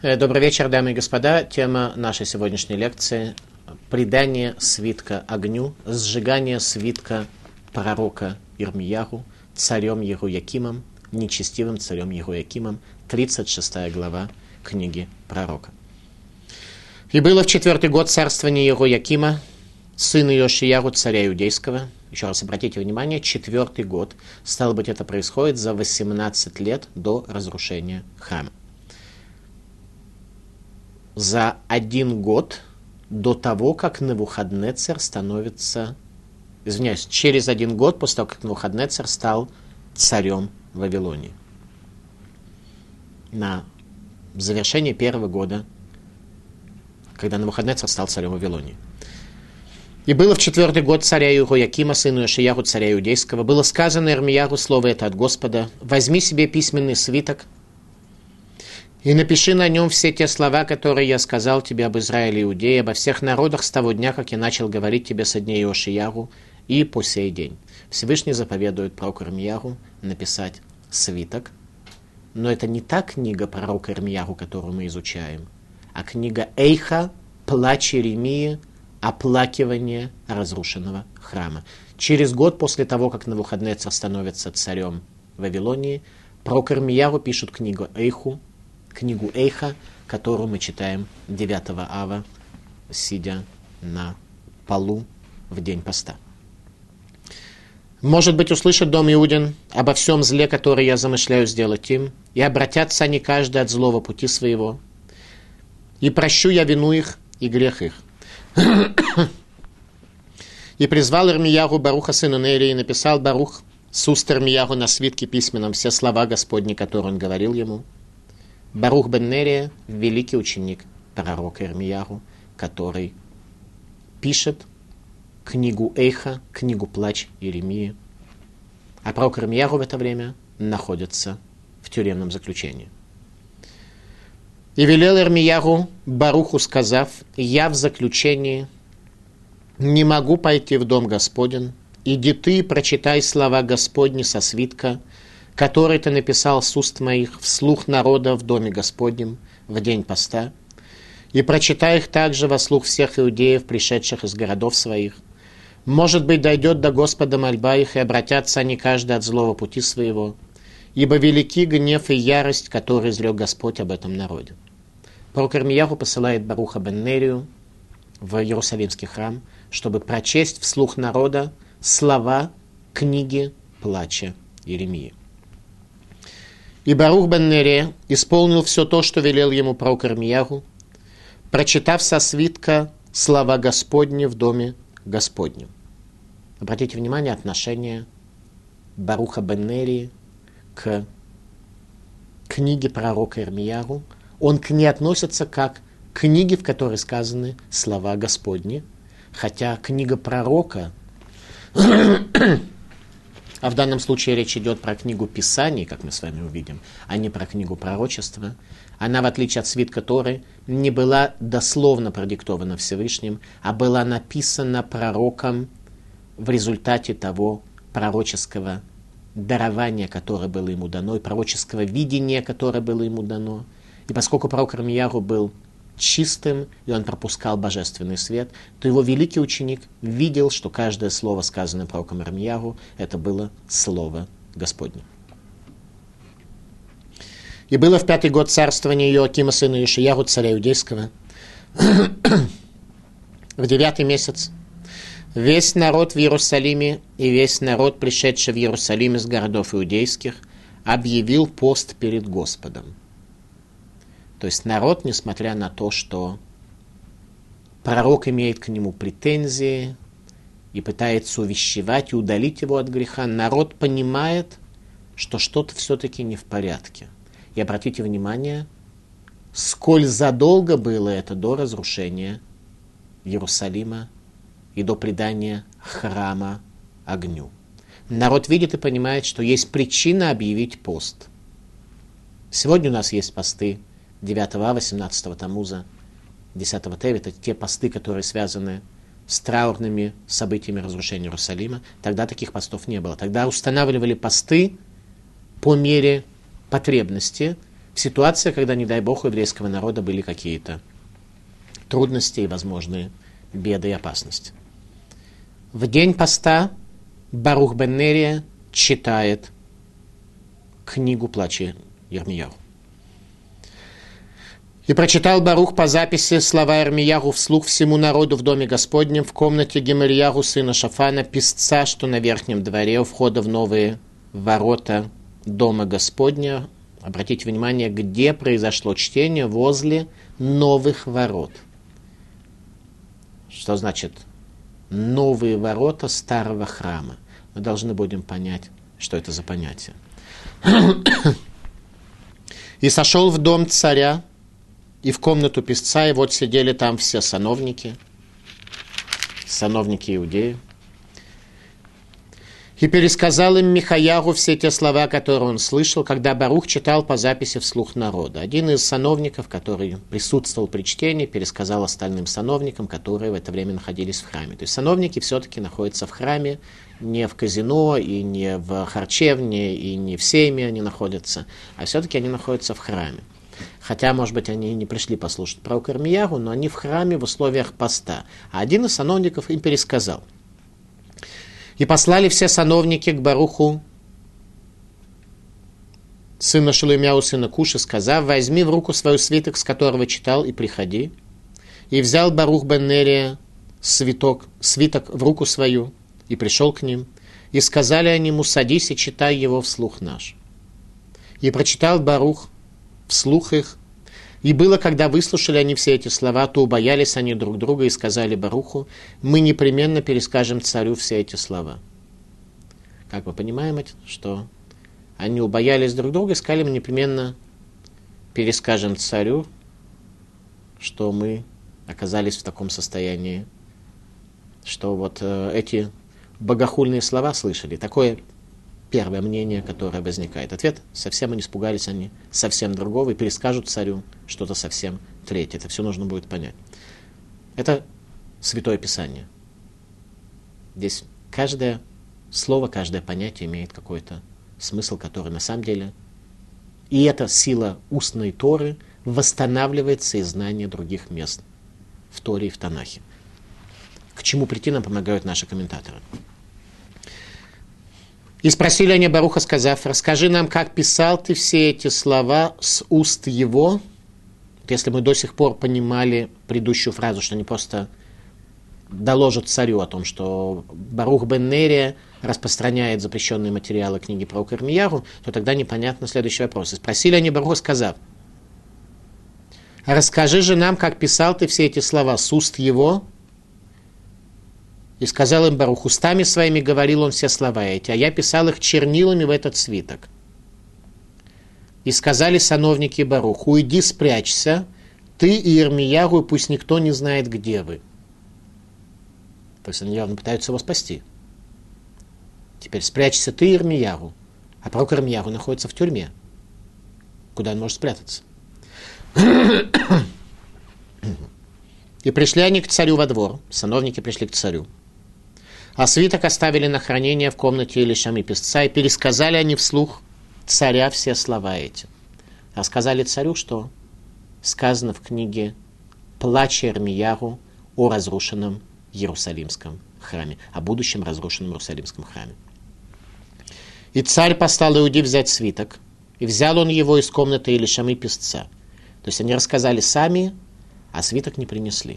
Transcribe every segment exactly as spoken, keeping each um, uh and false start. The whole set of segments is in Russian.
Добрый вечер, дамы и господа. Тема нашей сегодняшней лекции – предание свитка огню, сжигание свитка пророка Ирмияху царем Еруякимом, нечестивым царем Еруякимом, тридцать шестая глава книги пророка. «И было в четвертый год царствования Еруякима, сына Иошияру, царя Иудейского». Еще раз обратите внимание, четвертый год. Стало быть, это происходит за восемнадцать лет до разрушения храма. За один год до того, как Навуходнецер становится, извиняюсь, через один год после того, как Навуходнецер стал царем Вавилонии. На завершение первого года, когда Навуходнецер стал царем Вавилонии. «И было в четвертый год царя Еруякима, сына Иошияру, царя Иудейского, было сказано Ирмияру слово это от Господа: возьми себе письменный свиток и напиши на нем все те слова, которые я сказал тебе об Израиле и Иудее, обо всех народах с того дня, как я начал говорить тебе со дней Иошияру и по сей день». Всевышний заповедует пророку Ирмияру написать свиток, но это не та книга пророка Ирмияру, которую мы изучаем, а книга Эйха, плач Иеремии, оплакивание разрушенного храма. Через год после того, как Навуходнецер становится царем Вавилонии, пророк Ирмияру пишет книгу Эйху, книгу Эйха, которую мы читаем девятого ава, сидя на полу в день поста. «Может быть, услышит дом Иудин обо всем зле, которое я замышляю сделать им, и обратятся они каждый от злого пути своего, и прощу я вину их и грех их». «И призвал Ирмияру Баруха сына Нерии, и написал Барух с уст Ирмияру на свитке письменном все слова Господни, которые он говорил ему. Барух бен Нерия – великий ученик пророка Ирмияру, который пишет книгу Эйха, книгу Плач Иеремии. А пророк Ирмияру в это время находится в тюремном заключении. И велел Ирмияру Баруху, сказав: я в заключении, не могу пойти в дом Господень. Иди ты и прочитай слова Господни со свитка, который ты написал с уст моих вслух народа в доме Господнем в день поста, и прочитай их также во слух всех иудеев, пришедших из городов своих. Может быть, дойдет до Господа мольба их, и обратятся они каждый от злого пути своего, ибо велики гнев и ярость, который изрек Господь об этом народе». Пророк Ирмияру посылает Баруха бен Нерию в Иерусалимский храм, чтобы прочесть вслух народа слова книги плача Иеремии. «И Барух бен Нерия исполнил все то, что велел ему пророк Ирмияру, прочитав со свитка слова Господни в доме Господнем». Обратите внимание, отношение Баруха бен Нерии к книге пророка Ирмияру. Он к ней относится как к книге, в которой сказаны слова Господни, хотя книга пророка, а в данном случае речь идет про книгу Писаний, как мы с вами увидим, а не про книгу пророчества, она, в отличие от свитка Торы, не была дословно продиктована Всевышним, а была написана пророком в результате того пророческого дарования, которое было ему дано, и пророческого видения, которое было ему дано. И поскольку пророк Ирмияру был чистым, и он пропускал божественный свет, то его великий ученик видел, что каждое слово, сказанное пророком Ирмияру, это было слово Господне. «И было в пятый год царствования Иоакима, сына Иошияру, царя Иудейского, в девятый месяц, весь народ в Иерусалиме и весь народ, пришедший в Иерусалим из городов иудейских, объявил пост перед Господом». То есть народ, несмотря на то, что пророк имеет к нему претензии и пытается увещевать и удалить его от греха, народ понимает, что что-то все-таки не в порядке. И обратите внимание, сколь задолго было это до разрушения Иерусалима и до предания храма огню. Народ видит и понимает, что есть причина объявить пост. Сегодня у нас есть посты девятого ава, восемнадцатого Тамуза, десятого Тевита, те посты, которые связаны с траурными событиями разрушения Иерусалима. Тогда таких постов не было. Тогда устанавливали посты по мере потребности, в ситуации, когда, не дай бог, у еврейского народа были какие-то трудности и возможные беды и опасности. В день поста Барух бен Нерия читает книгу плача Ирмияху. «И прочитал Барух по записи слова Ирмияху вслух всему народу в доме Господнем, в комнате Гемальяху, сына Шафана, писца, что на верхнем дворе у входа в новые ворота дома Господня». Обратите внимание, где произошло чтение: возле новых ворот. Что значит новые ворота старого храма? Мы должны будем понять, что это за понятие. «И сошел в дом царя, и в комнату писца, и вот сидели там все сановники, сановники Иудеи. И пересказал им Михаяру все те слова, которые он слышал, когда Барух читал по записи вслух народа. Один из сановников, который присутствовал при чтении, пересказал остальным сановникам, которые в это время находились в храме. То есть сановники все-таки находятся в храме, не в казино, и не в харчевне, и не в сейме они находятся, а все-таки они находятся в храме. Хотя, может быть, они не пришли послушать про Ирмияху, но они в храме в условиях поста. А один из сановников им пересказал. «И послали все сановники к Баруху, сына Шелемияу, сына Куши, сказав: возьми в руку свою свиток, с которого читал, и приходи. И взял Барух бен Нерия свиток, свиток в руку свою, и пришел к ним. И сказали они ему: садись и читай его вслух наш. И прочитал Барух вслух их. И было, когда выслушали они все эти слова, то убоялись они друг друга и сказали Баруху: мы непременно перескажем царю все эти слова». Как мы понимаем, что они убоялись друг друга и сказали: мы непременно перескажем царю, что мы оказались в таком состоянии, что вот э, эти богохульные слова слышали. Такое первое мнение, которое возникает. Ответ: совсем они испугались, они совсем другого, и перескажут царю что-то совсем третье. Это все нужно будет понять. Это Святое Писание. Здесь каждое слово, каждое понятие имеет какой-то смысл, который на самом деле... И эта сила устной Торы восстанавливает сознание других мест в Торе и в Танахе. К чему прийти нам помогают наши комментаторы. «И спросили они Баруха, сказав: расскажи нам, как писал ты все эти слова с уст его». Если мы до сих пор понимали предыдущую фразу, что они просто доложат царю о том, что Барух бен Нерия распространяет запрещенные материалы книги про Ирмияху, то тогда непонятно следующий вопрос. И спросили они Баруха, сказав: расскажи же нам, как писал ты все эти слова с уст его. И сказал им Барух: устами своими говорил он все слова эти, а я писал их чернилами в этот свиток. И сказали сановники Баруху: уйди, спрячься, ты и Ирмияху, и пусть никто не знает, где вы. То есть они явно пытаются его спасти. Теперь спрячься ты и Ирмияху, а пророк Ирмияху находится в тюрьме. Куда он может спрятаться? И пришли они к царю во двор, сановники пришли к царю. А свиток оставили на хранение в комнате Элишамы писца, и пересказали они вслух царя все слова эти. Рассказали царю, что сказано в книге «Плач Ирмияху» о разрушенном Иерусалимском храме, о будущем разрушенном Иерусалимском храме. И царь послал Иуде взять свиток, и взял он его из комнаты Элишамы писца. То есть они рассказали сами, а свиток не принесли.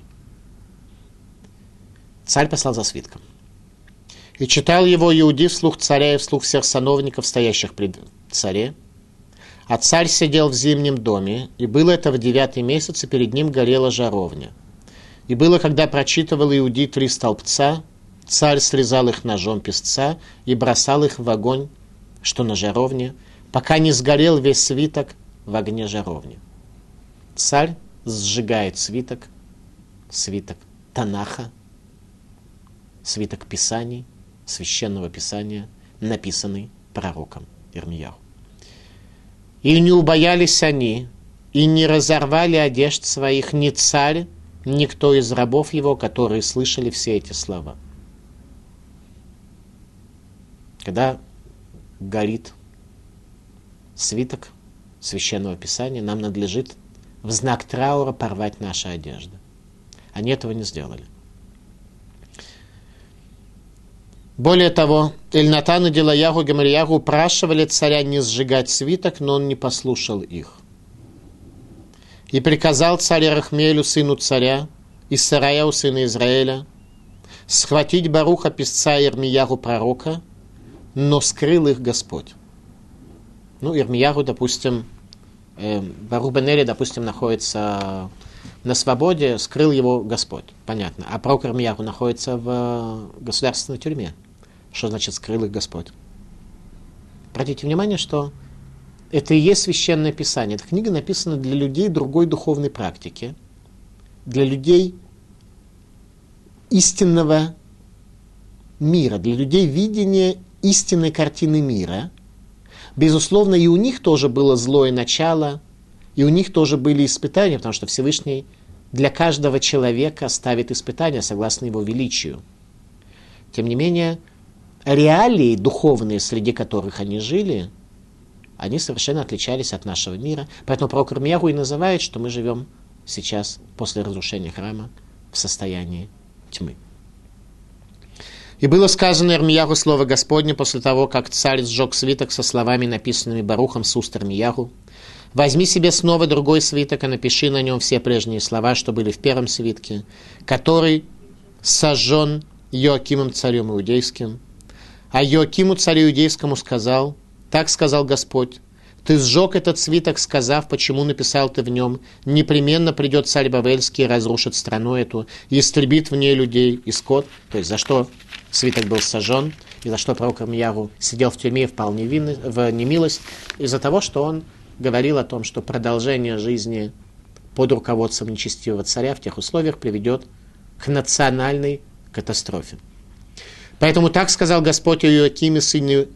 Царь послал за свитком. И читал его Иуди вслух царя и вслух всех сановников, стоящих при царе. А царь сидел в зимнем доме, и было это в девятый месяц, и перед ним горела жаровня. И было, когда прочитывал Иуди три столбца, царь срезал их ножом писца и бросал их в огонь, что на жаровне, пока не сгорел весь свиток в огне жаровни. Царь сжигает свиток, свиток Танаха, свиток Писаний, священного Писания, написанный пророком Ирмияху. И не убоялись они, и не разорвали одежд своих ни царь, ни кто из рабов его, которые слышали все эти слова. Когда горит свиток Священного Писания, нам надлежит в знак траура порвать наши одежды. Они этого не сделали. Более того, Эльнатан и Делаяху и Гамальяху упрашивали царя не сжигать свиток, но он не послушал их. И приказал царь Рахмелю, сыну царя, и Сараяу, сына Израиля, схватить Баруха, писца Ирмияху, пророка, но скрыл их Господь. Ну, Ирмияху, допустим, э, Барух бен Нерия, допустим, находится на свободе, скрыл его Господь. Понятно. А пророк Ирмияху находится в государственной тюрьме. Что значит скрыл их Господь? Обратите внимание, что это и есть Священное Писание. Эта книга написана для людей другой духовной практики, для людей истинного мира, для людей видения истинной картины мира. Безусловно, и у них тоже было злое начало, и у них тоже были испытания, потому что Всевышний для каждого человека ставит испытания согласно его величию. Тем не менее, реалии духовные, среди которых они жили, они совершенно отличались от нашего мира. Поэтому пророк Ирмияху и называет, что мы живем сейчас, после разрушения храма, в состоянии тьмы. И было сказано Ирмияху слово Господне после того, как царь сжег свиток со словами, написанными Барухом с уст Ирмияху: «Возьми себе снова другой свиток и напиши на нем все прежние слова, что были в первом свитке, который сожжен Йоакимом царем иудейским». А Йоакиму царю иудейскому сказал: «Так сказал Господь, ты сжег этот свиток, сказав, почему написал ты в нем: непременно придет царь Бавельский и разрушит страну эту, и истребит в ней людей и скот». То есть за что свиток был сожжен, и за что пророк Ирмияху сидел в тюрьме и впал в немилость, из-за того, что он говорил о том, что продолжение жизни под руководством нечестивого царя в тех условиях приведет к национальной катастрофе. Поэтому так сказал Господь о Йоакиме, сыне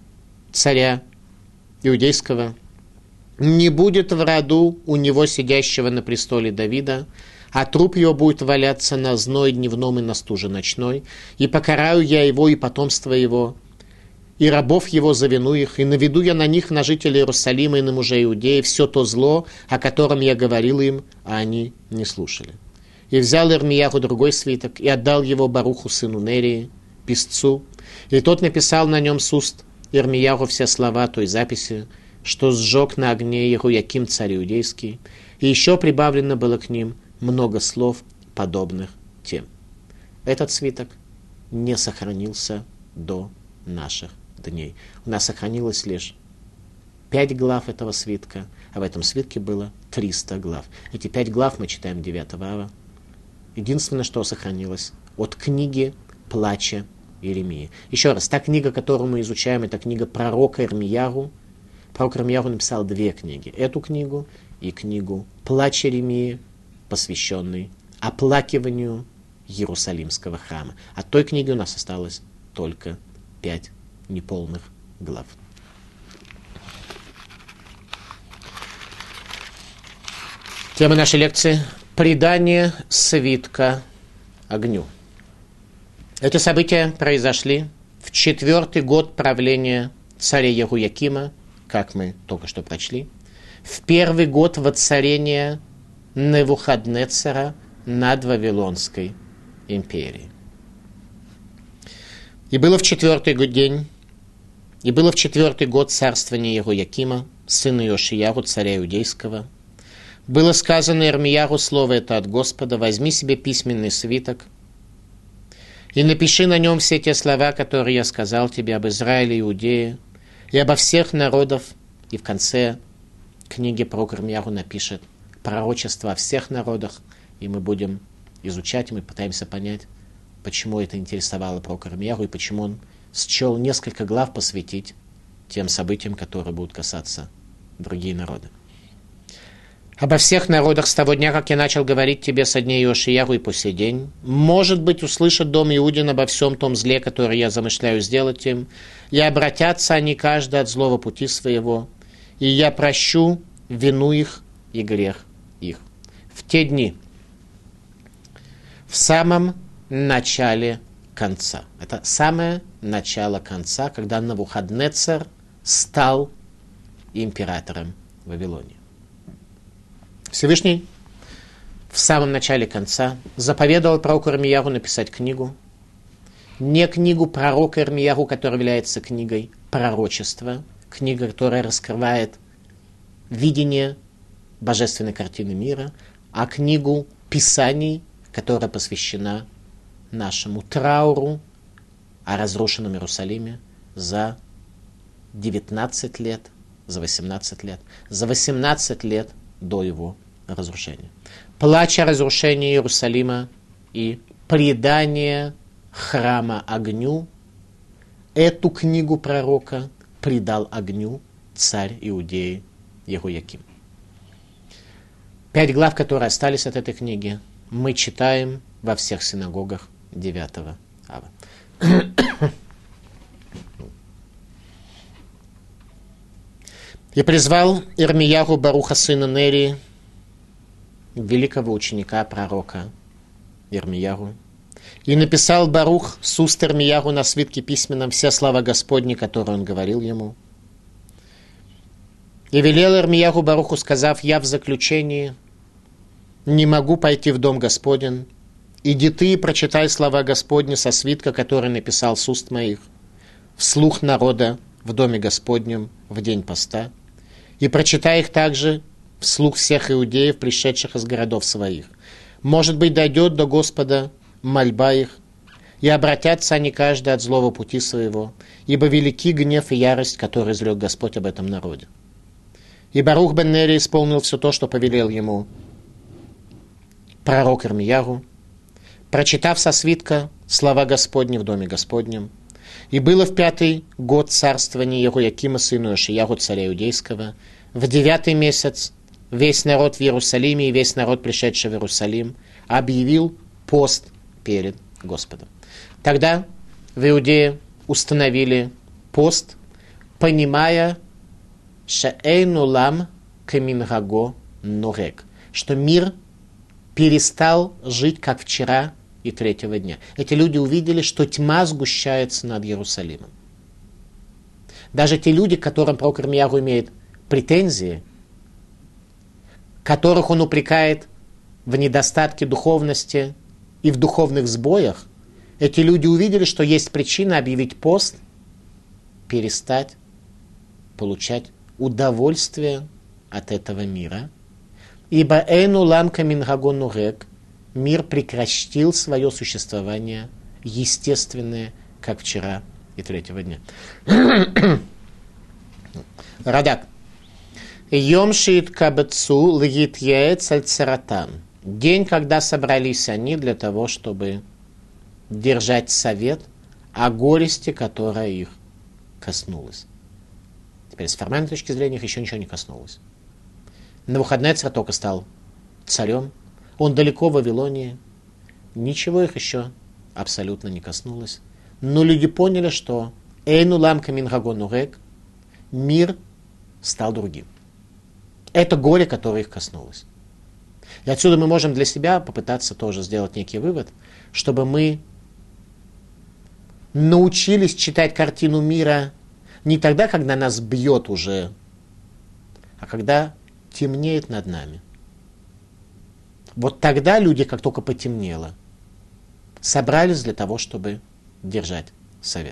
царя иудейского: «Не будет в роду у него сидящего на престоле Давида, а труп его будет валяться на зной дневном и на стуже ночной, и покараю я его и потомство его, и рабов его за вину их, и наведу я на них, на жителей Иерусалима и на мужей Иудеи, все то зло, о котором я говорил им, а они не слушали». И взял Ирмияху другой свиток и отдал его Баруху, сыну Нерии, писцу, и тот написал на нем с уст Ирмияху все слова той записи, что сжег на огне Йоаким царь иудейский, и еще прибавлено было к ним много слов, подобных тем. Этот свиток не сохранился до наших дней. У нас сохранилось лишь пять глав этого свитка, а в этом свитке было триста глав. Эти пять глав мы читаем девятого ава. Единственное, что сохранилось от книги «Плача Иеремии». Еще раз, та книга, которую мы изучаем, это книга пророка Ирмияху. Пророк Ирмияху написал две книги. Эту книгу и книгу «Плач Иеремии», посвященный оплакиванию Иерусалимского храма. От той книги у нас осталось только пять неполных глав. Тема нашей лекции – предание свитка огню. Эти события произошли в четвертый год правления царя Йеhoiакима, как мы только что прочли, в первый год воцарения Навуходоносора над Вавилонской империей. И было в четвертый день, и было в четвертый год царствования Йеhoiакима, сына Иошияху, царя иудейского. Было сказано Ирмияху слово это от Господа: возьми себе письменный свиток и напиши на нем все те слова, которые я сказал тебе об Израиле и Иудее, и обо всех народах. И в конце книги пророк Ирмияху напишет пророчество о всех народах, и мы будем изучать, мы пытаемся понять, почему это интересовало пророка Ирмияху, и почему он счел несколько глав посвятить тем событиям, которые будут касаться другие народы. Обо всех народах с того дня, как я начал говорить тебе со дней Иошияху и по сей день, может быть, услышат дом Иудин обо всем том зле, которое я замышляю сделать им, и обратятся они каждый от злого пути своего, и я прощу вину их и грех их. В те дни, в самом начале конца, это самое начало конца, когда Навуходоносор стал императором Вавилонии. Всевышний в самом начале конца заповедовал пророку Ирмияру написать книгу. Не книгу пророка Ирмияру, которая является книгой пророчества, книга, которая раскрывает видение божественной картины мира, а книгу Писаний, которая посвящена нашему трауру о разрушенном Иерусалиме за девятнадцать лет, за восемнадцать лет, за восемнадцать лет до его разрушения. Плач о разрушении Иерусалима и предание храма огню. Эту книгу пророка предал огню царь Иудеи Йехояким. Пять глав, которые остались от этой книги, мы читаем во всех синагогах девятого ава. «И призвал Ирмияру Баруха сына Нерии, великого ученика пророка Ирмияру, и написал Барух с уст Ирмияру на свитке письменном все слова Господни, которые он говорил ему. И велел Ирмияру Баруху, сказав: я в заключении не могу пойти в дом Господень. Иди ты и прочитай слова Господни со свитка, который написал с уст моих, вслух народа в доме Господнем в день поста, и прочитай их также вслух всех иудеев, пришедших из городов своих. Может быть, дойдет до Господа мольба их, и обратятся они каждый от злого пути своего, ибо велики гнев и ярость, который изрек Господь об этом народе. И Барух бен Нерия исполнил все то, что повелел ему пророк Ирмияру, прочитав со свитка слова Господни в доме Господнем. И было в пятый год царствования Йехоякима сына Иошияху, царя иудейского, в девятый месяц весь народ в Иерусалиме и весь народ, пришедший в Иерусалим, объявил пост перед Господом. Тогда в Иудее установили пост, понимая «Шаэйну лам камингаго норек», что мир перестал жить, как вчера и третьего дня. Эти люди увидели, что тьма сгущается над Иерусалимом. Даже те люди, к которым пророк Ирмияру имеет претензии, которых он упрекает в недостатке духовности и в духовных сбоях, эти люди увидели, что есть причина объявить пост, перестать получать удовольствие от этого мира. Ибо эйну ламка мингаго нурек, мир прекратил свое существование естественное, как вчера и третьего дня. Радак. Йом шиит кабецу лгит яец аль царатам. День, когда собрались они для того, чтобы держать совет о горести, которая их коснулась. Теперь с формальной точки зрения их еще ничего не коснулось. Навуходоносор только стал царем. Он далеко в Вавилонии. Ничего их еще абсолютно не коснулось. Но люди поняли, что эйну ламка мингаго нурек, мир стал другим. Это горе, которое их коснулось. И отсюда мы можем для себя попытаться тоже сделать некий вывод, чтобы мы научились читать картину мира не тогда, когда нас бьет уже, а когда темнеет над нами. Вот тогда люди, как только потемнело, собрались для того, чтобы держать совет.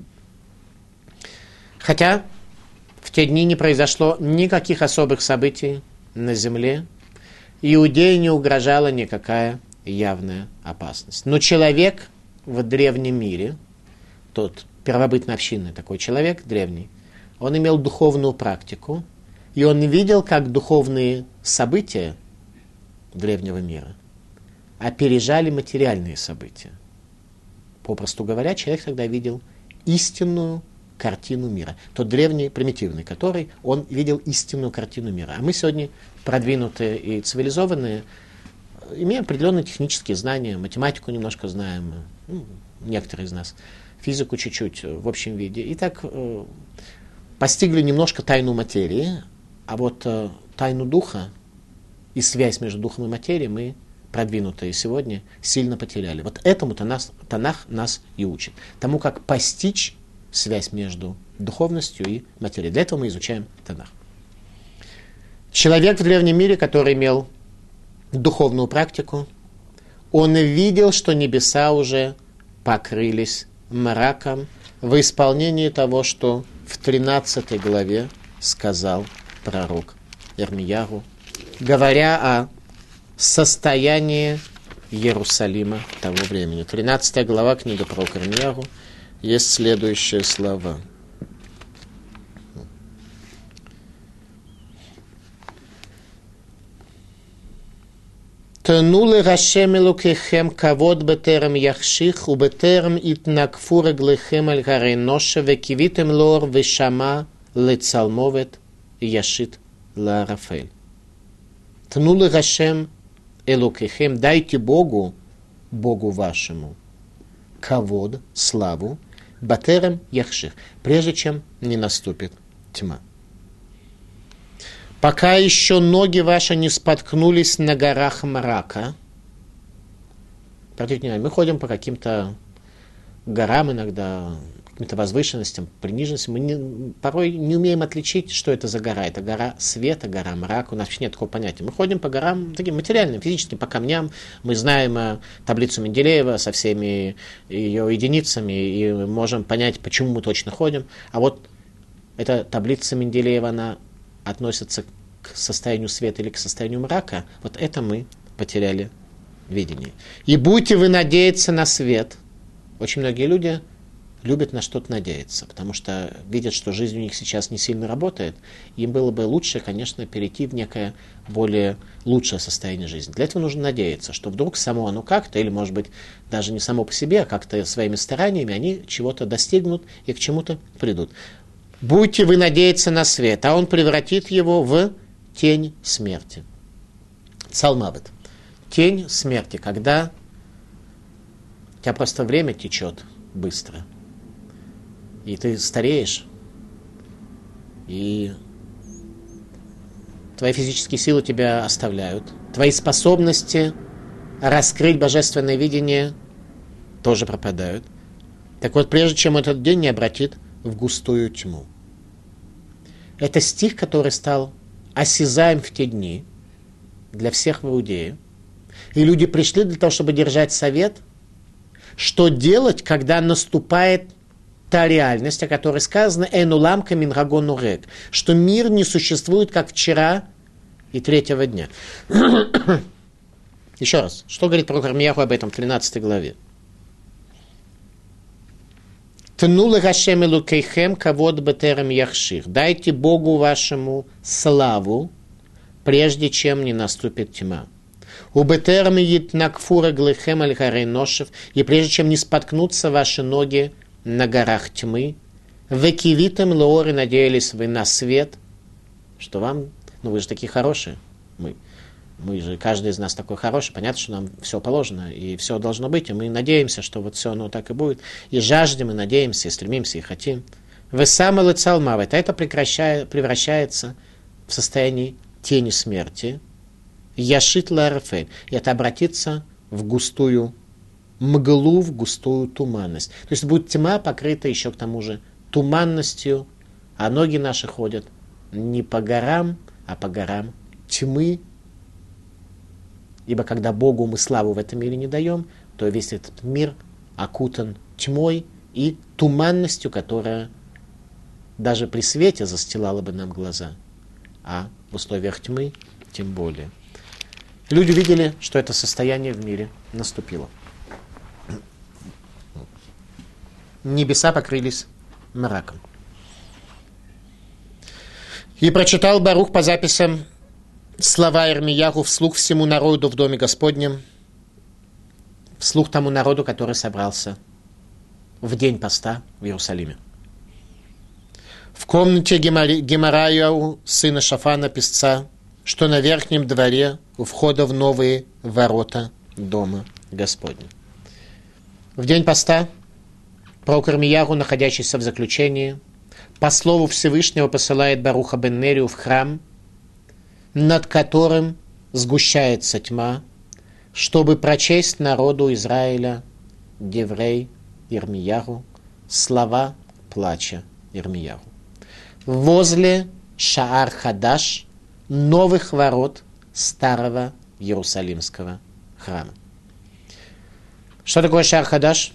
Хотя в те дни не произошло никаких особых событий на земле, Иудее не угрожала никакая явная опасность. Но человек в древнем мире, тот первобытно-общинный такой человек древний, он имел духовную практику, и он видел, как духовные события древнего мира опережали материальные события. Попросту говоря, человек тогда видел истинную картину мира. Тот древний, примитивный, который он видел истинную картину мира. А мы сегодня продвинутые и цивилизованные, имеем определенные технические знания, математику немножко знаем, ну, некоторые из нас, физику чуть-чуть в общем виде. И так э, постигли немножко тайну материи, а вот э, тайну духа и связь между духом и материей мы, продвинутые сегодня, сильно потеряли. Вот этому Танах, Танах нас и учит. Тому, как постичь связь между духовностью и материей. Для этого мы изучаем Танах. Человек в древнем мире, который имел духовную практику, он видел, что небеса уже покрылись мраком в исполнении того, что в тринадцатой главе сказал пророк Ирмияру, говоря о состоянии Иерусалима того времени. тринадцатая глава книги пророка Ирмияру, есть следующие слова. תנו להשם אלוקיכם כבוד בטרם יחשיך ובטרם יתנגפו רגליכם על הרי נושה וקיוויתם לאור ושמע לצלמובת ישית לערפל. תנו להשם אלוקיכם, дайте Богу, Богу вашему, кавод, славу, батерем яхших, прежде чем не наступит тьма. Пока еще ноги ваши не споткнулись на горах мрака. Обратите внимание, мы ходим по каким-то горам иногда, каким-то возвышенностям, приниженностям. Мы не, порой не умеем отличить, что это за гора. Это гора света, гора мрака. У нас вообще нет такого понятия. Мы ходим по горам таким материальным, физическим, по камням. Мы знаем таблицу Менделеева со всеми ее единицами и можем понять, почему мы точно ходим. А вот эта таблица Менделеева, она относится к состоянию света или к состоянию мрака, вот это мы потеряли видение. И будете вы надеяться на свет. Очень многие люди любят на что-то надеяться, потому что видят, что жизнь у них сейчас не сильно работает. Им было бы лучше, конечно, перейти в некое более лучшее состояние жизни. Для этого нужно надеяться, что вдруг само оно как-то, или, может быть, даже не само по себе, а как-то своими стараниями они чего-то достигнут и к чему-то придут. Будете вы надеяться на свет, а он превратит его в тень смерти. Цалмавет. Тень смерти, когда у тебя просто время течет быстро, и ты стареешь, и твои физические силы тебя оставляют, твои способности раскрыть божественное видение тоже пропадают. Так вот, прежде чем этот день не обратит в густую тьму. Это стих, который стал осязаем в те дни для всех в Иудее. И люди пришли для того, чтобы держать совет, что делать, когда наступает та реальность, о которой сказано «Энулам каминрагон урек», что мир не существует, как вчера и третьего дня. Еще раз, что говорит пророк Ирмияру об этом в тринадцатой главе? «Тну лехашем элокейхем кавод бетерем яхших». Дайте Богу вашему славу, прежде чем не наступит тьма. «У бетерем йитнакфу реглехем аль харей ношев», и прежде чем не споткнутся ваши ноги на горах тьмы. «Векивитем лоори», надеялись вы на свет, что вам, ну вы же такие хорошие, мы. Мы же, каждый из нас такой хороший, понятно, что нам все положено, и все должно быть, и мы надеемся, что вот все оно так и будет, и жаждем, и надеемся, и стремимся, и хотим. Вы самый лыцалмавет, а это превращается в состояние тени смерти, яшит ларафель, и это обратится в густую мглу, в густую туманность. То есть будет тьма, покрыта еще к тому же туманностью, а ноги наши ходят не по горам, а по горам тьмы. Ибо когда Богу мы славу в этом мире не даем, то весь этот мир окутан тьмой и туманностью, которая даже при свете застилала бы нам глаза. А в условиях тьмы тем более. Люди видели, что это состояние в мире наступило. Небеса покрылись мраком. И прочитал Барух по записям слова Ирмияру вслух всему народу в Доме Господнем, вслух тому народу, который собрался в день поста в Иерусалиме. В комнате Гемараяу, сына Шафана, песца, что на верхнем дворе у входа в новые ворота Дома Господня. В день поста пророк Ирмияру, находящийся в заключении, по слову Всевышнего посылает Баруха бен Нерию в храм, над которым сгущается тьма, чтобы прочесть народу Израиля Деврей Ирмияру, слова плача Ирмияру. Возле Шаар Хадаш, новых ворот старого Иерусалимского храма. Что такое Шаар Хадаш?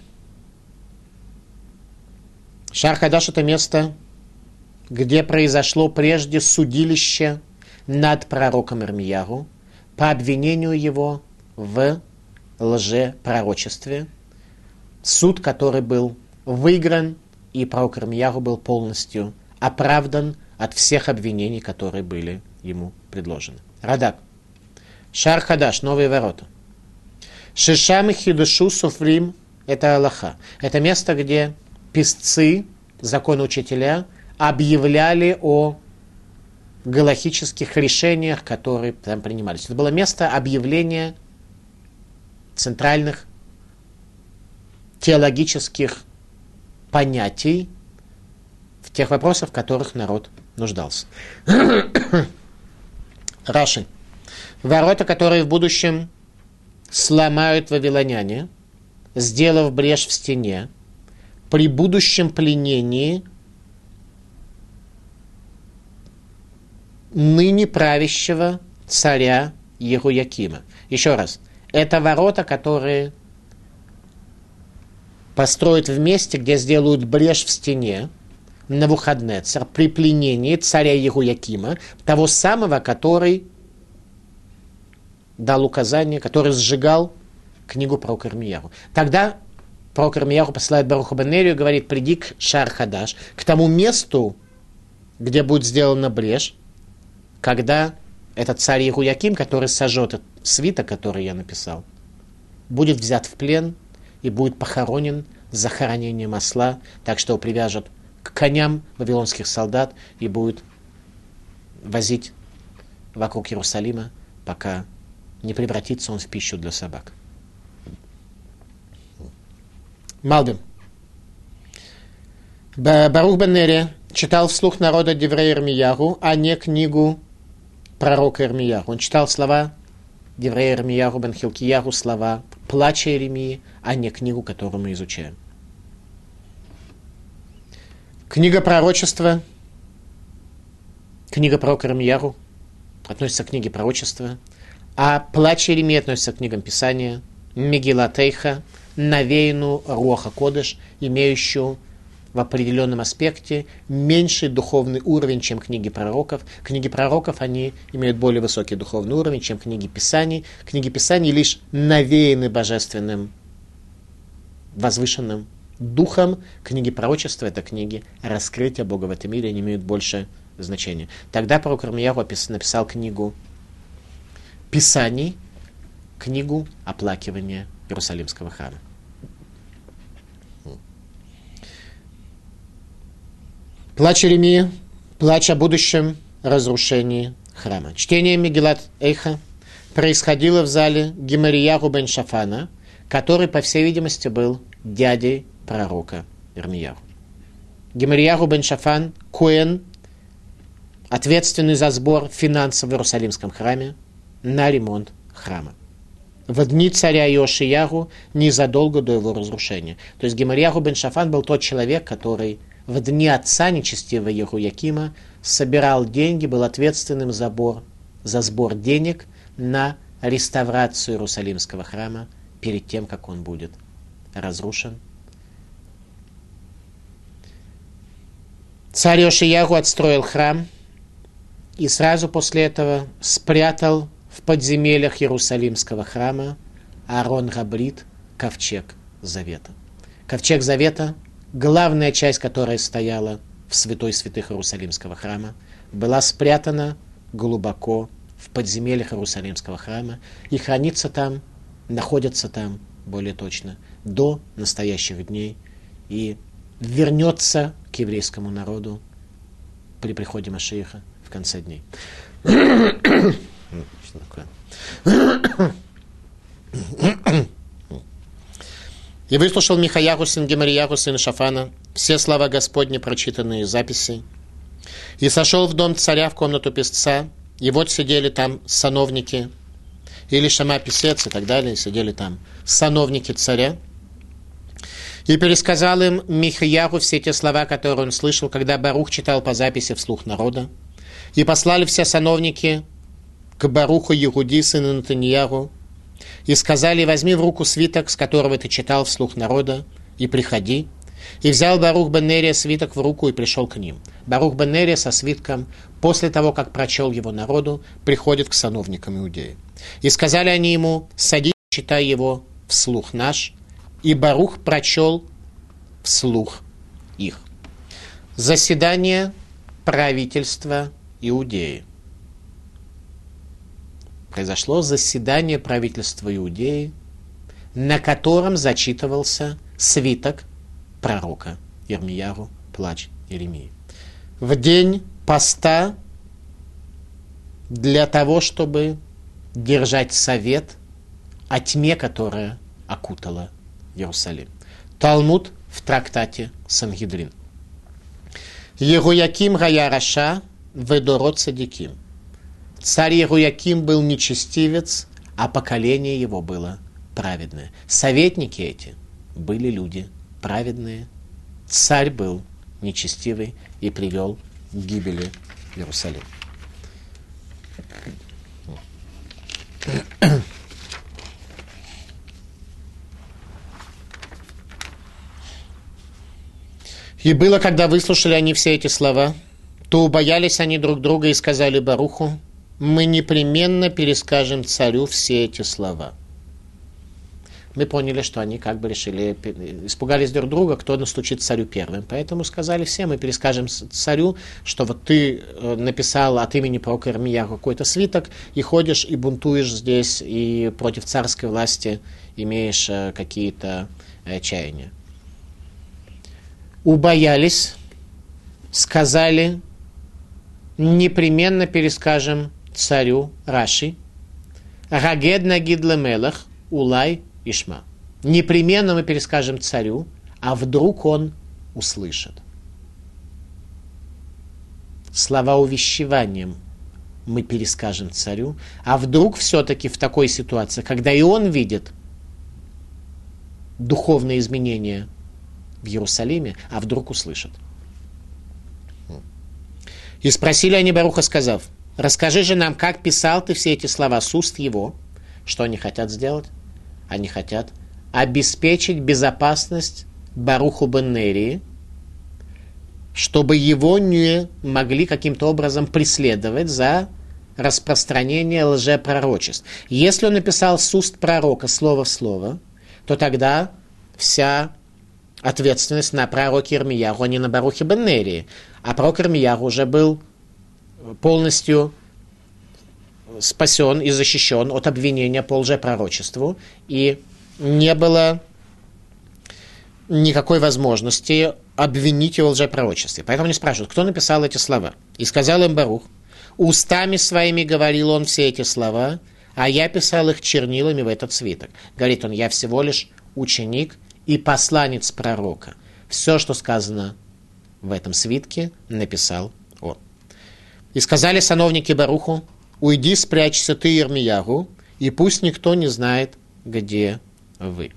Шаар Хадаш – это место, где произошло прежде судилище над пророком Ирмиягу по обвинению его в лжепророчестве. Суд, который был выигран, и пророк Ирмиягу был полностью оправдан от всех обвинений, которые были ему предложены. Радак. Шаар Хадаш, новые ворота. Шишам и Хидушу Суфрим – это Аллаха. Это место, где писцы, законоучителя, объявляли о галахических решениях, которые там принимались. Это было место объявления центральных теологических понятий в тех вопросах, в которых народ нуждался. Раши. Ворота, которые в будущем сломают вавилоняне, сделав брешь в стене, при будущем пленении ныне правящего царя Ехуякима. Еще раз. Это ворота, которые построят в месте, где сделают брешь в стене Навуходнецар при пленении царя Ехуякима, того самого, который дал указание, который сжигал книгу пророка Ирмиягу. Тогда пророк Ирмиягу посылает Баруха бен Нерию и говорит: приди к Шаар Хадаш, к тому месту, где будет сделана брешь, когда этот царь Ехуяким, который сожжет свиток, который я написал, будет взят в плен и будет похоронен с захоронением осла, так что его привяжут к коням вавилонских солдат и будет возить вокруг Иерусалима, пока не превратится он в пищу для собак. Малбим. Барух бен Нерия читал вслух народа Деврей Ирмиягу, а не книгу пророка Ирмиягу. Он читал слова Деврей Ирмиягу бен Хилкиягу, слова плача Иеремии, а не книгу, которую мы изучаем. Книга пророчества, книга пророка Ирмиягу относится к книге пророчества, а плач Иеремии относится к книгам Писания, Мегилат Эйха, навеянную Руаха Кодеш, имеющую в определенном аспекте меньший духовный уровень, чем книги пророков. Книги пророков, они имеют более высокий духовный уровень, чем книги Писаний. Книги Писаний лишь навеяны божественным, возвышенным духом. Книги пророчества — это книги раскрытия Бога в этом мире, они имеют больше значения. Тогда пророк Ирмиягу написал книгу Писаний, книгу оплакивания Иерусалимского храма. Плач Иеремии, плач о будущем разрушении храма. Чтение Мегилат Эйха происходило в зале Гемарияху бен Шафана, который, по всей видимости, был дядей пророка Ирмиягу. Гемарияху бен Шафан, коэн, ответственный за сбор финансов в Иерусалимском храме на ремонт храма. В дни царя Иошиягу, незадолго до его разрушения. То есть Гемарияху бен Шафан был тот человек, который в дни отца нечестивого Ехуякима собирал деньги, был ответственным за сбор, за сбор денег на реставрацию Иерусалимского храма перед тем, как он будет разрушен. Царь Иошиягу отстроил храм и сразу после этого спрятал в подземельях Иерусалимского храма Аарон Габрит, ковчег Завета. Ковчег Завета, главная часть, которая стояла в святой святых Иерусалимского храма, была спрятана глубоко в подземельях Иерусалимского храма и хранится там, находится там, более точно, до настоящих дней и вернется к еврейскому народу при приходе Машиаха в конце дней. Что такое? И выслушал Михаяху, сын Гемарияху, сын Шафана, все слова Господни, прочитанные записи, и сошел в дом царя в комнату писца, и вот сидели там сановники, или Шама писец и так далее, сидели там сановники царя, и пересказал им Михаяху все те слова, которые он слышал, когда Барух читал по записи вслух народа. И послали все сановники к Баруху Егуди, сыну Натаньяру, и сказали: возьми в руку свиток, с которого ты читал вслух народа, и приходи. И взял Барух бен Нерия свиток в руку и пришел к ним. Барух бен Нерия со свитком, после того, как прочел его народу, приходит к сановникам Иудеи. И сказали они ему: садись, читай его вслух наш. И Барух прочел вслух их. Заседание правительства Иудеи. Произошло заседание правительства Иудеи, на котором зачитывался свиток пророка Ирмияру, плач Иеремии. В день поста для того, чтобы держать совет о тьме, которая окутала Иерусалим. Талмуд в трактате Сангедрин. Еруяким гая раша ведорот цадиким. Царь Еруяким был нечестивец, а поколение его было праведное. Советники эти были люди праведные. Царь был нечестивый и привел к гибели Иерусалима. И было, когда выслушали они все эти слова, то убоялись они друг друга и сказали Баруху: мы непременно перескажем царю все эти слова. Мы поняли, что они как бы решили, испугались друг друга, кто настучит царю первым. Поэтому сказали все: мы перескажем царю, что вот ты написал от имени пророка Ирмия какой-то свиток, и ходишь и бунтуешь здесь, и против царской власти имеешь какие-то чаяния. Убоялись, сказали: непременно перескажем царю Раши. Рагед нагид лемелах улай ишма. Непременно мы перескажем царю, а вдруг он услышит. Слова увещеванием мы перескажем царю, а вдруг все-таки в такой ситуации, когда и он видит духовные изменения в Иерусалиме, а вдруг услышат. И спросили они Баруха, сказав: расскажи же нам, как писал ты все эти слова с уст его. Что они хотят сделать? Они хотят обеспечить безопасность Баруху бен Нерии, чтобы его не могли каким-то образом преследовать за распространение лжепророчеств. Если он написал с уст пророка слово в слово, то тогда вся ответственность на пророке Ирмияру, а не на Барухе бен Нерии. А пророк Ирмияру уже был полностью спасен и защищен от обвинения по лжепророчеству, и не было никакой возможности обвинить его в лжепророчестве. Поэтому они спрашивают, кто написал эти слова. И сказал им Барух: устами своими говорил он все эти слова, а я писал их чернилами в этот свиток. Говорит он: я всего лишь ученик и посланец пророка. Все, что сказано в этом свитке, написал он. И сказали сановники Баруху: уйди, спрячься ты, Ирмияру, и пусть никто не знает, где вы.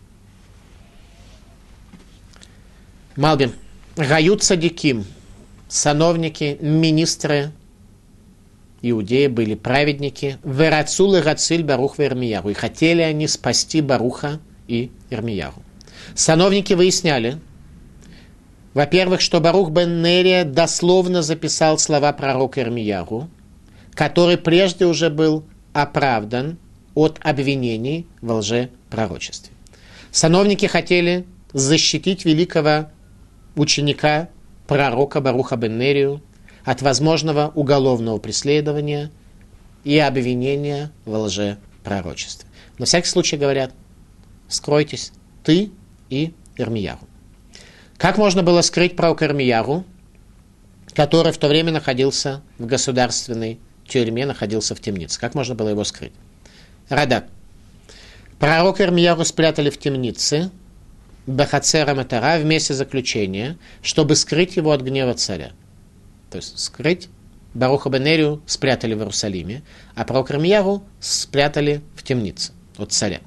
Малбим. Гают цадиким. Сановники, министры Иудеи были праведники. Верацул и рациль Барух в Ирмияру. И хотели они спасти Баруха и Ирмияру. Сановники выясняли, во-первых, что Барух бен Нерия дословно записал слова пророка Ирмияру, который прежде уже был оправдан от обвинений в лжепророчестве. Сановники хотели защитить великого ученика пророка Баруха бен Нерию от возможного уголовного преследования и обвинения в лжепророчестве. На всякий случай говорят: скройтесь ты и Ирмияру. Как можно было скрыть пророка Ирмияру, который в то время находился в государственной тюрьме, находился в темнице? Как можно было его скрыть? Радак. Пророка Ирмияру спрятали в темнице Бехацера Матара в месте заключения, чтобы скрыть его от гнева царя. То есть скрыть Баруха бен Нерию спрятали в Иерусалиме, а пророка Ирмияру спрятали в темнице от царя.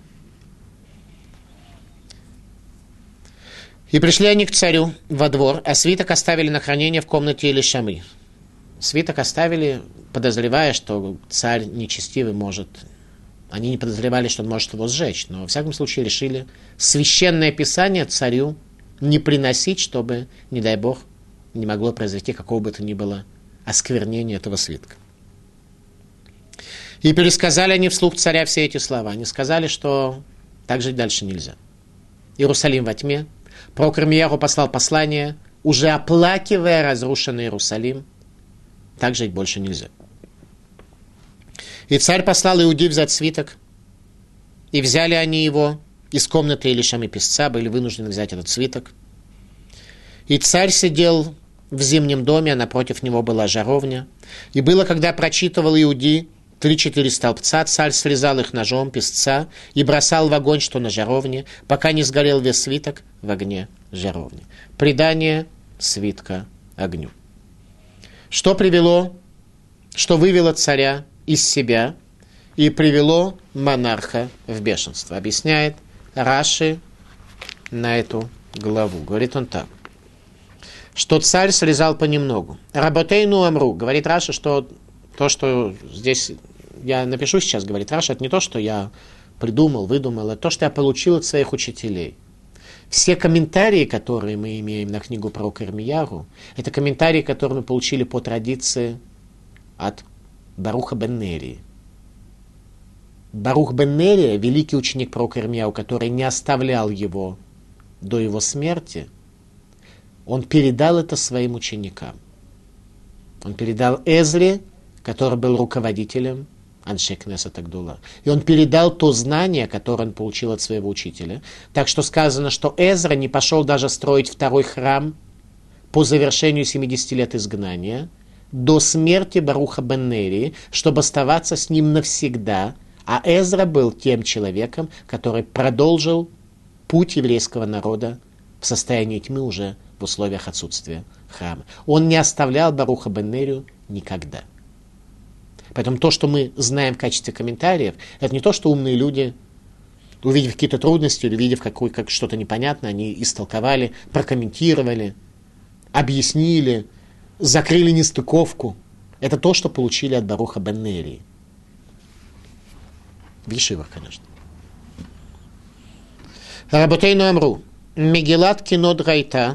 И пришли они к царю во двор, а свиток оставили на хранение в комнате Элишамы. свиток оставили, подозревая, что царь нечестивый может... Они не подозревали, что он может его сжечь, но, во всяком случае, решили священное писание царю не приносить, чтобы, не дай бог, не могло произойти какого бы то ни было осквернения этого свитка. И пересказали они вслух царя все эти слова. Они сказали, что так жить дальше нельзя. Иерусалим во тьме. Пророк Ирмияху послал послание, уже оплакивая разрушенный Иерусалим. Так жить больше нельзя. И царь послал Иуде взять свиток. И взяли они его из комнаты Элишамы писца, были вынуждены взять этот свиток. И царь сидел в зимнем доме, а напротив него была жаровня. И было, когда прочитывал Иуди три-четыре столбца, царь срезал их ножом писца и бросал в огонь, что на жаровне, пока не сгорел весь свиток в огне жаровни. Предание свитка огню. Что привело, что вывело царя из себя и привело монарха в бешенство? Объясняет Раши на эту главу. Говорит он так, что царь срезал понемногу. Работейну амру. Говорит Раши, что то, что здесь я напишу сейчас, говорит Раши, это не то, что я придумал, выдумал, это то, что я получил от своих учителей. Все комментарии, которые мы имеем на книгу пророка Ирмияху, это комментарии, которые мы получили по традиции от Баруха бен Нерии. Барух бен Нерия, великий ученик пророка Ирмияху, который не оставлял его до его смерти, он передал это своим ученикам. Он передал Эзре, который был руководителем Аншей Кнесет Агдула. И он передал то знание, которое он получил от своего учителя. Так что сказано, что Эзра не пошел даже строить второй храм по завершению семидесяти лет изгнания до смерти Баруха бен Нерии, чтобы оставаться с ним навсегда. А Эзра был тем человеком, который продолжил путь еврейского народа в состоянии тьмы уже в условиях отсутствия храма. Он не оставлял Баруха бен Нерию никогда. Поэтому то, что мы знаем в качестве комментариев, это не то, что умные люди, увидев какие-то трудности или увидев какое, как что-то непонятное, они истолковали, прокомментировали, объяснили, закрыли нестыковку. Это то, что получили от Баруха бен Нерии. В ешивах, конечно. Работейну амру. Мегилат кинод райта.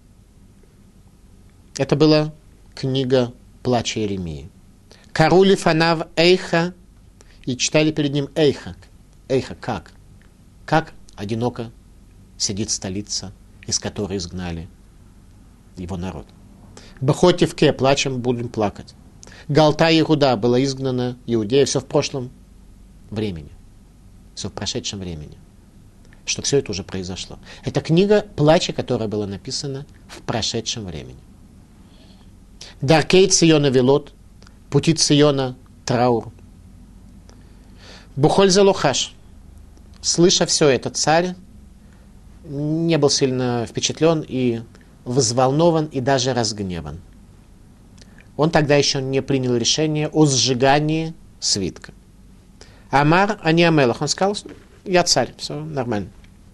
Это была книга плача Иеремии. Карули фанав эйха. И читали перед ним эйха. Эйха как? Как одиноко сидит столица, из которой изгнали его народ. Бахотевке, плачем, будем плакать. Галта Иуда была изгнана, Иудея, все в прошлом времени. Все в прошедшем времени. Что все это уже произошло. Это книга плача, которая была написана в прошедшем времени. Даркей Циона Велот, пути Циона траур. Бухоль Залухаш. Слыша все это, царь не был сильно впечатлен и взволнован и даже разгневан. Он тогда еще не принял решение о сжигании свитка. Амар Аниамелах, он сказал, я царь, все нормально.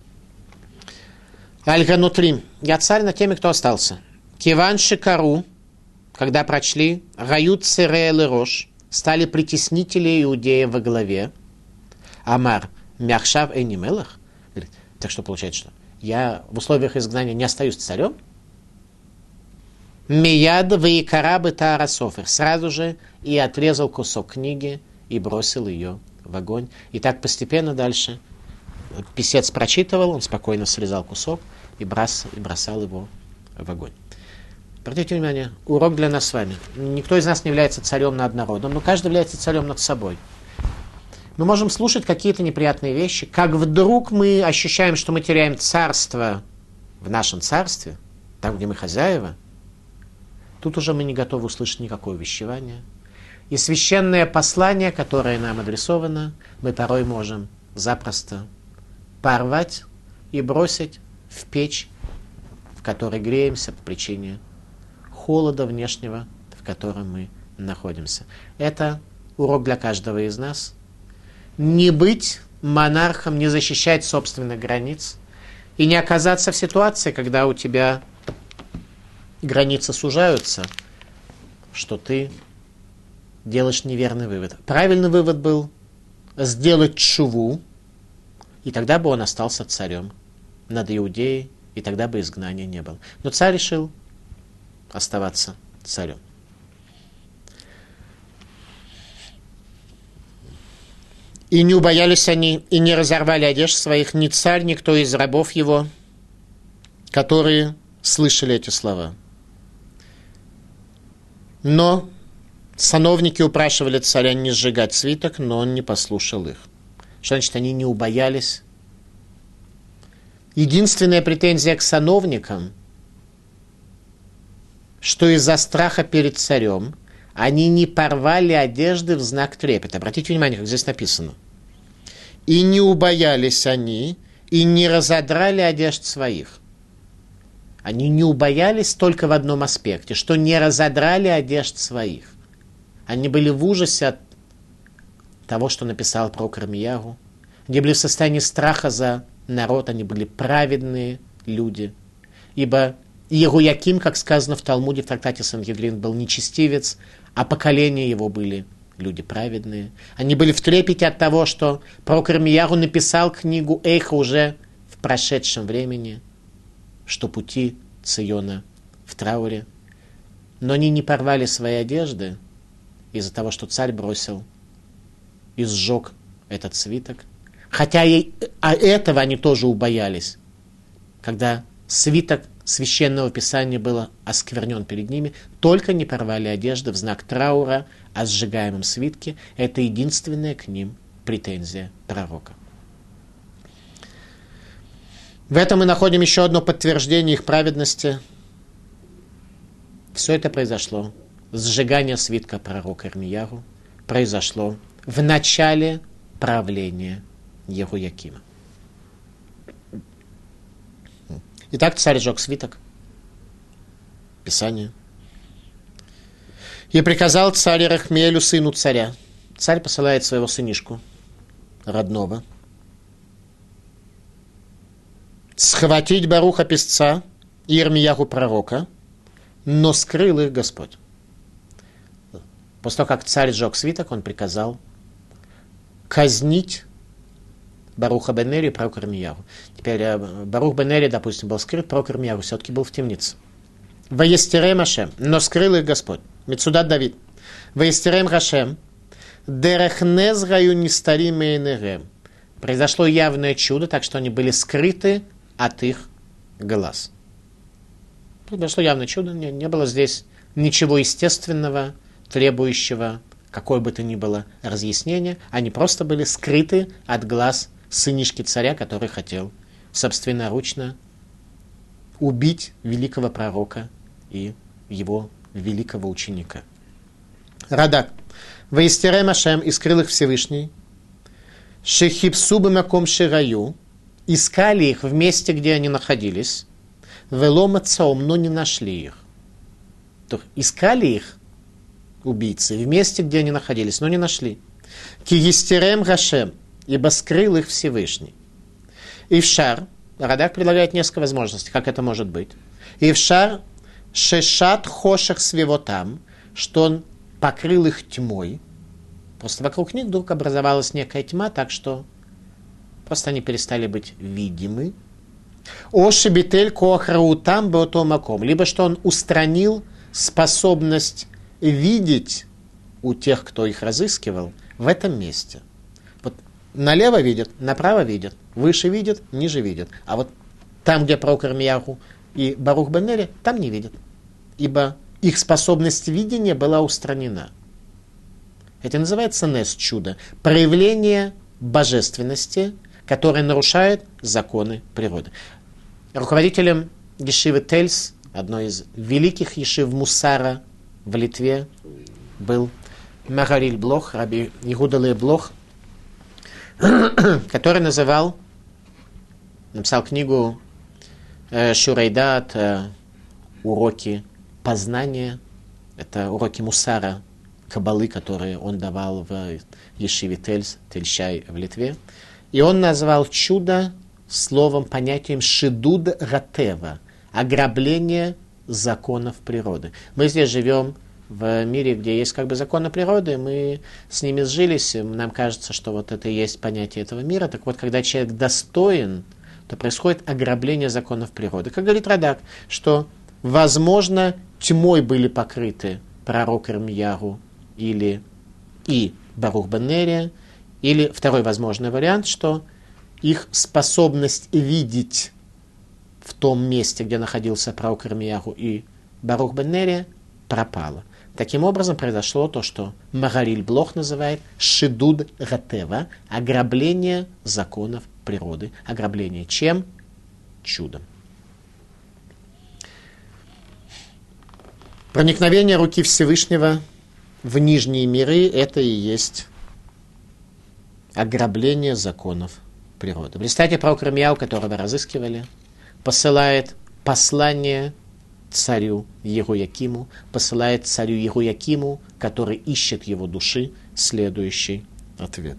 Аль-Ганутрим, я царь над теми, кто остался. Киван Шикару, когда прочли, Рают Цереэль Рош, стали притеснители Иудея во главе. Амар Мяхшав Эйнимелах, так что получается, что я в условиях изгнания не остаюсь царем? Мияд ваикарабы таарасофер, сразу же и отрезал кусок книги и бросил ее в огонь. И так постепенно дальше писец прочитывал, он спокойно срезал кусок и, брос, и бросал его в огонь. Обратите внимание, урок для нас с вами. Никто из нас не является царем над народом, но каждый является царем над собой. Мы можем слушать какие-то неприятные вещи, как вдруг мы ощущаем, что мы теряем царство в нашем царстве, там, где мы хозяева. Тут уже мы не готовы услышать никакое увещевание. И священное послание, которое нам адресовано, мы порой можем запросто порвать и бросить в печь, в которой греемся по причине холода внешнего, в котором мы находимся. Это урок для каждого из нас. Не быть монархом, не защищать собственных границ и не оказаться в ситуации, когда у тебя границы сужаются, что ты делаешь неверный вывод. Правильный вывод был сделать тшуву, и тогда бы он остался царем над Иудеей, и тогда бы изгнания не было. Но царь решил оставаться царем. И не убоялись они, и не разорвали одежд своих, ни царь, ни кто из рабов его, которые слышали эти слова. Но сановники упрашивали царя не сжигать свиток, но он не послушал их. Что значит, они не убоялись? Единственная претензия к сановникам, что из-за страха перед царем они не порвали одежды в знак трепета. Обратите внимание, как здесь написано. И не убоялись они, и не разодрали одежд своих. Они не убоялись только в одном аспекте, что не разодрали одежд своих. Они были в ужасе от того, что написал пророк Ирмиягу. Они были в состоянии страха за народ, они были праведные люди. Ибо Иеhoiakim, как сказано в Талмуде, в трактате Сангедрин, был нечестивец, а поколения его были люди праведные. Они были в трепете от того, что пророк Ирмиягу написал книгу Эйха уже в прошедшем времени, что пути Циона в трауре. Но они не порвали свои одежды из-за того, что царь бросил и сжег этот свиток. Хотя и а этого они тоже убоялись, когда свиток священного писания был осквернен перед ними, только не порвали одежды в знак траура о сжигаемом свитке. Это единственная к ним претензия пророка. В этом мы находим еще одно подтверждение их праведности. Все это произошло. Сжигание свитка пророка Ирмиягу произошло в начале правления Иеhoiакима. Итак, царь сжег свиток Писания. И приказал царь Рахмиэлю, сыну царя. Царь посылает своего сынишку, родного, схватить Баруха писца и Ирмиягу пророка, но скрыл их Господь. После того, как царь сжег свиток, он приказал казнить Баруха бен Нери и пророка Ирмиягу. Теперь Барух бен Нери, допустим, был скрыт, пророк Ирмиягу все-таки был в темнице. Ваестерем Ашем, но скрыл их Господь. Мецудат Давид. Ваестерем Ашем, дерехнез гаю нистарим эйнерем. Произошло явное чудо, так что они были скрыты от их глаз. Произошло явное чудо, не, не было здесь ничего естественного, требующего какое бы то ни было разъяснение. Они просто были скрыты от глаз сынишки царя, который хотел собственноручно убить великого пророка и его великого ученика. Радак. Ваестерем Ашем, и скрыл их Всевышний. Шехипсу бемаком шираю, искали их в месте, где они находились. Велома цаом, но не нашли их. То искали их убийцы в месте, где они находились, но не нашли. Ки естерем Гашем, ибо скрыл их Всевышний. Ившар, Радак предлагает несколько возможностей, как это может быть. Ившар шешат хошах свивотам, что он покрыл их тьмой. Просто вокруг них вдруг образовалась некая тьма, так что просто они перестали быть видимы. Ошибитель коахраутам беотомаком, либо что он устранил способность видеть у тех, кто их разыскивал, в этом месте. Вот налево видят, направо видят, выше видят, ниже видят. А вот там, где пророк Ирмиягу и Барух бен Нери, там не видят. Ибо их способность видения была устранена. Это называется нес, чудо. Проявление божественности, которое нарушает законы природы. Руководителем ешивы Тельс, одной из великих ешив Мусара в Литве, был Магариль Блох, раби Игуда Леви Блох, который называл, написал книгу э, Шурейдат, э, уроки познания, это уроки Мусара, кабалы, которые он давал в ешиве Тельс, Тельщай в Литве. И он назвал чудо словом, понятием шидуд ратева, ограбление законов природы. Мы здесь живем в мире, где есть как бы законы природы, мы с ними сжились, нам кажется, что вот это и есть понятие этого мира. Так вот, когда человек достоин, то происходит ограбление законов природы. Как говорит Радак, что, возможно, тьмой были покрыты пророк Ирмиягу или и Барух бен Нерия, или второй возможный вариант, что их способность видеть в том месте, где находился пророк Ирмиягу и Барух бен Нерия, пропала. Таким образом произошло то, что Магариль Блох называет шидуд гатева, ограбление законов природы. Ограбление чем? Чудом. Проникновение руки Всевышнего в нижние миры – это и есть ограбление законов природы. В результате пророк Ирмияу, которого разыскивали, посылает послание царю Егоякиму, посылает царю Егоякиму, который ищет его души, следующий ответ.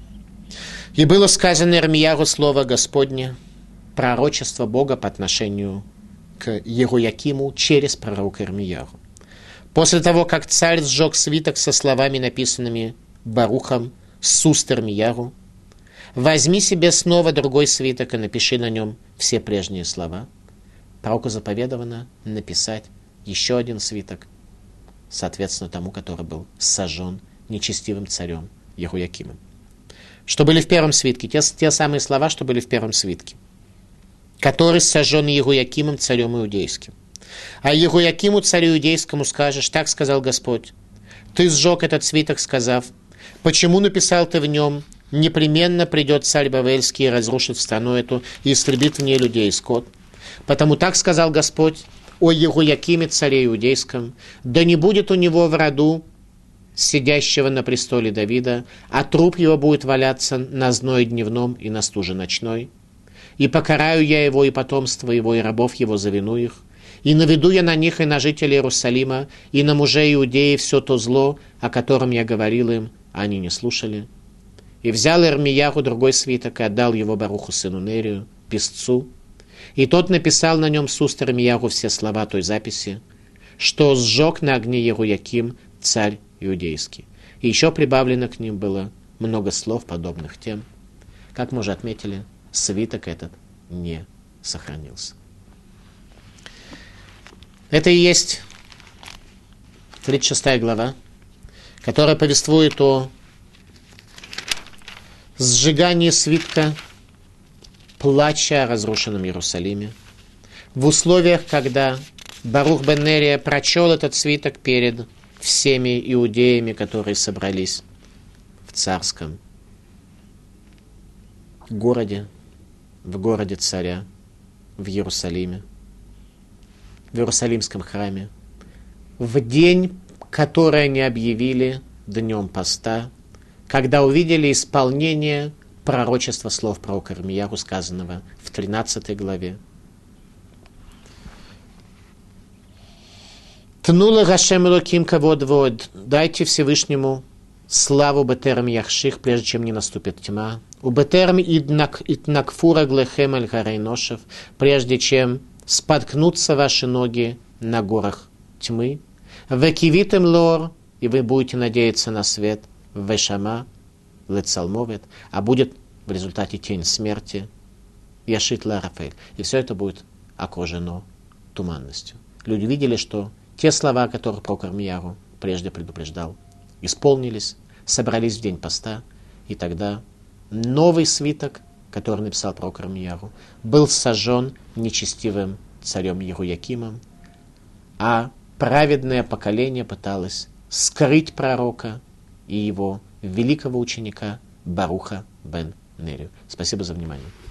«И было сказано Ирмиягу слово Господне, пророчество Бога по отношению к Егоякиму через пророка Ирмиягу. После того, как царь сжег свиток со словами, написанными Барухом с уст Ирмиягу, возьми себе снова другой свиток и напиши на нем все прежние слова. Пророку заповедовано написать еще один свиток, соответственно тому, который был сожжен нечестивым царем Егоякимом. Что были в первом свитке? Те, те самые слова, что были в первом свитке, который сожжен Егоякимом, царем иудейским. А Егоякиму, царю иудейскому, скажешь: так сказал Господь, ты сжег этот свиток, сказав: почему написал ты в нем: непременно придет царь Бавельский и разрушит страну эту, и истребит в ней людей и скот. Потому так сказал Господь о Егоякиме, царе иудейском: да не будет у него в роду сидящего на престоле Давида, а труп его будет валяться на зное дневном и на стуже ночной. И покараю я его и потомство его, и рабов его за вину их, и наведу я на них и на жителей Иерусалима, и на мужей Иудеи все то зло, о котором я говорил им, а они не слушали. И взял Ирмиягу другой свиток и отдал его Баруху сыну Нерию, писцу, и тот написал на нем с уст Ирмиягу все слова той записи, что сжег на огне Егояким, царь иудейский. И еще прибавлено к ним было много слов, подобных тем. Как мы уже отметили, свиток этот не сохранился. Это и есть тридцать шестая глава, которая повествует о сжигании свитка, плача о разрушенном Иерусалиме, в условиях, когда Барух бен Нерия прочел этот свиток перед всеми иудеями, которые собрались в царском городе, в городе царя, в Иерусалиме, в Иерусалимском храме, в день, который они объявили днем поста, когда увидели исполнение пророчества слов пророка Ирмиягу, сказанного в тринадцатой главе. «Тнула Гашем Элоким кавод вод», дайте Всевышнему славу бетерам яхших, прежде чем не наступит тьма. У бетерам итнакфура глехем аль гарейношев, прежде чем споткнутся ваши ноги на горах тьмы. Векивитем лор, и вы будете надеяться на свет. Вешама лецалмовет, а будет в результате тень смерти. Яшит ларафель. И все это будет окружено туманностью. Люди видели, что те слова, о которых пророк Ирмиягу прежде предупреждал, исполнились, собрались в день поста, и тогда новый свиток, который написал пророк Ирмиягу, был сожжен нечестивым царем Егоякимом, а праведное поколение пыталось скрыть пророка и его великого ученика Баруха бен Нерию. Спасибо за внимание.